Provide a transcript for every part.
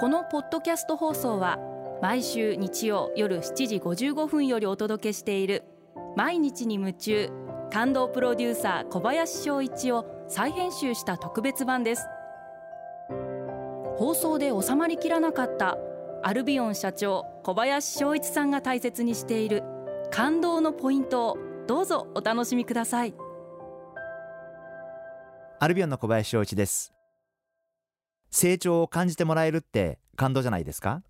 このポッドキャスト放送は毎週日曜夜7時55分よりお届けしている毎日に夢中感動プロデューサー小林翔一を再編集した特別版です。放送で収まりきらなかったアルビオン社長小林翔一さんが大切にしている感動のポイントをどうぞお楽しみください。 アルビオンの小林翔一です。成長を感じてもらえるって感動じゃないですか？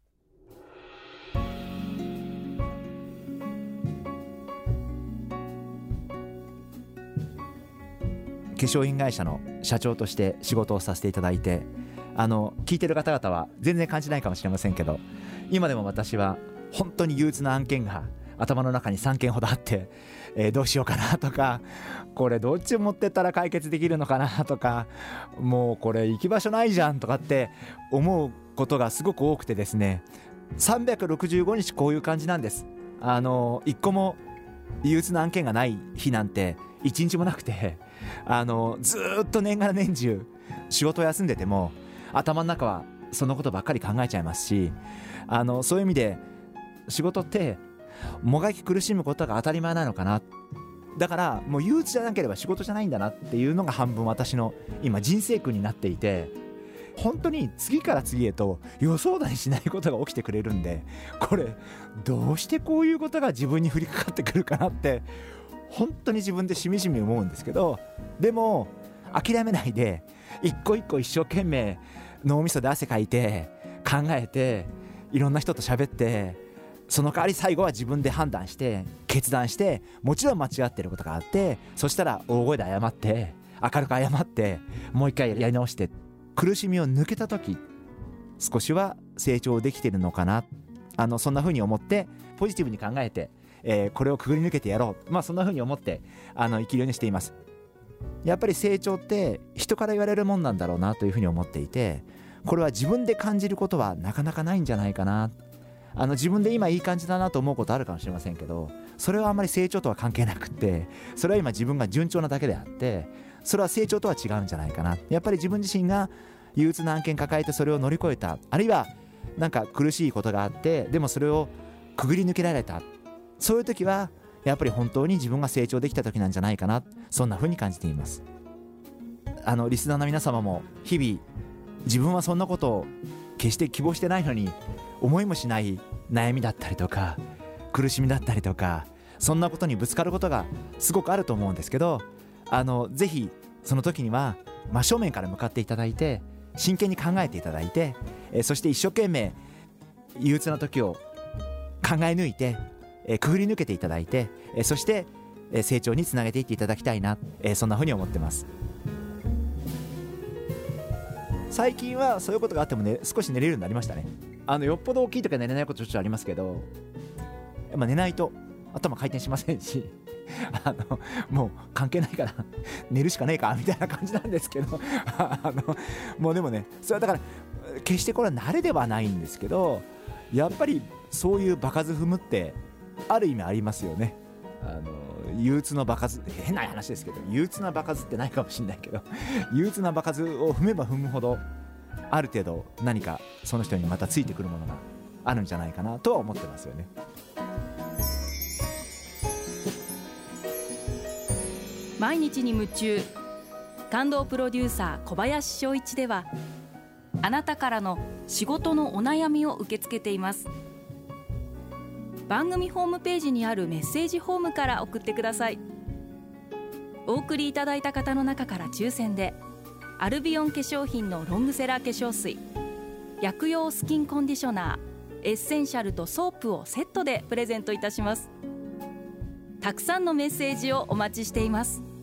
化粧品会社の社長として仕事をさせていただいて、聞いてる方々は全然感じないかもしれませんけど、今でも私は本当に憂鬱な案件が頭の中に3件ほどあって、どうしようかなとか、これどっち持ってったら解決できるのかなとか、もうこれ行き場所ないじゃんとかって思うことがすごく多くてですね、365日こういう感じなんです。一個も憂鬱な案件がない日なんて一日もなくて、ずっと年がら年中仕事を休んでても頭の中はそのことばっかり考えちゃいますし、そういう意味で仕事ってもがき苦しむことが当たり前なのかな。だからもう憂鬱じゃなければ仕事じゃないんだなっていうのが半分私の今人生訓になっていて、本当に次から次へと予想だにしないことが起きてくれるんで、これどうしてこういうことが自分に降りかかってくるかなって本当に自分でしみじみ思うんですけど、でも諦めないで一個一個一生懸命脳みそで汗かいて考えていろんな人と喋って、その代わり最後は自分で判断して決断して、もちろん間違ってることがあって、そしたら大声で謝って明るく謝ってもう一回やり直して、苦しみを抜けた時少しは成長できてるのかな、そんな風に思ってポジティブに考えて、これをくぐり抜けてやろう、そんな風に思って生きるようにしています。やっぱり成長って人から言われるもんなんだろうなというふうに思っていて、これは自分で感じることはなかなかないんじゃないかな。自分で今いい感じだなと思うことあるかもしれませんけど、それはあんまり成長とは関係なくって、それは今自分が順調なだけであって、それは成長とは違うんじゃないかな。やっぱり自分自身が憂鬱な案件抱えてそれを乗り越えた、あるいはなんか苦しいことがあってでもそれをくぐり抜けられた、そういう時はやっぱり本当に自分が成長できた時なんじゃないかな、そんな風に感じています。リスナーの皆様も日々自分はそんなことを決して希望してないのに思いもしない悩みだったりとか苦しみだったりとか、そんなことにぶつかることがすごくあると思うんですけど、ぜひその時には真正面から向かっていただいて、真剣に考えていただいて、そして一生懸命憂鬱な時を考え抜いて、くぐり抜けていただいて、そして成長につなげていっていただきたいな、そんなふうに思ってます。最近はそういうことがあってもね、少し寝れるようになりましたね。よっぽど大きい時は寝れないことちょっとありますけど、寝ないと頭回転しませんしもう関係ないから寝るしかねえかみたいな感じなんですけどもうでもね、それはだから決してこれは慣れではないんですけど、やっぱりそういう場数踏むってある意味ありますよね。憂鬱の場数、変な話ですけど憂鬱な場数ってないかもしれないけど憂鬱な場数を踏めば踏むほどある程度何かその人にまたついてくるものがあるんじゃないかなとは思ってますよね。 毎日に夢中感動プロデューサー小林翔一では、あなたからの仕事のお悩みを受け付けています。番組ホームページにあるメッセージフォームから送ってください。お送りいただいた方の中から抽選でアルビオン化粧品のロングセラー化粧水、薬用スキンコンディショナー、エッセンシャルとソープをセットでプレゼントいたします。たくさんのメッセージをお待ちしています。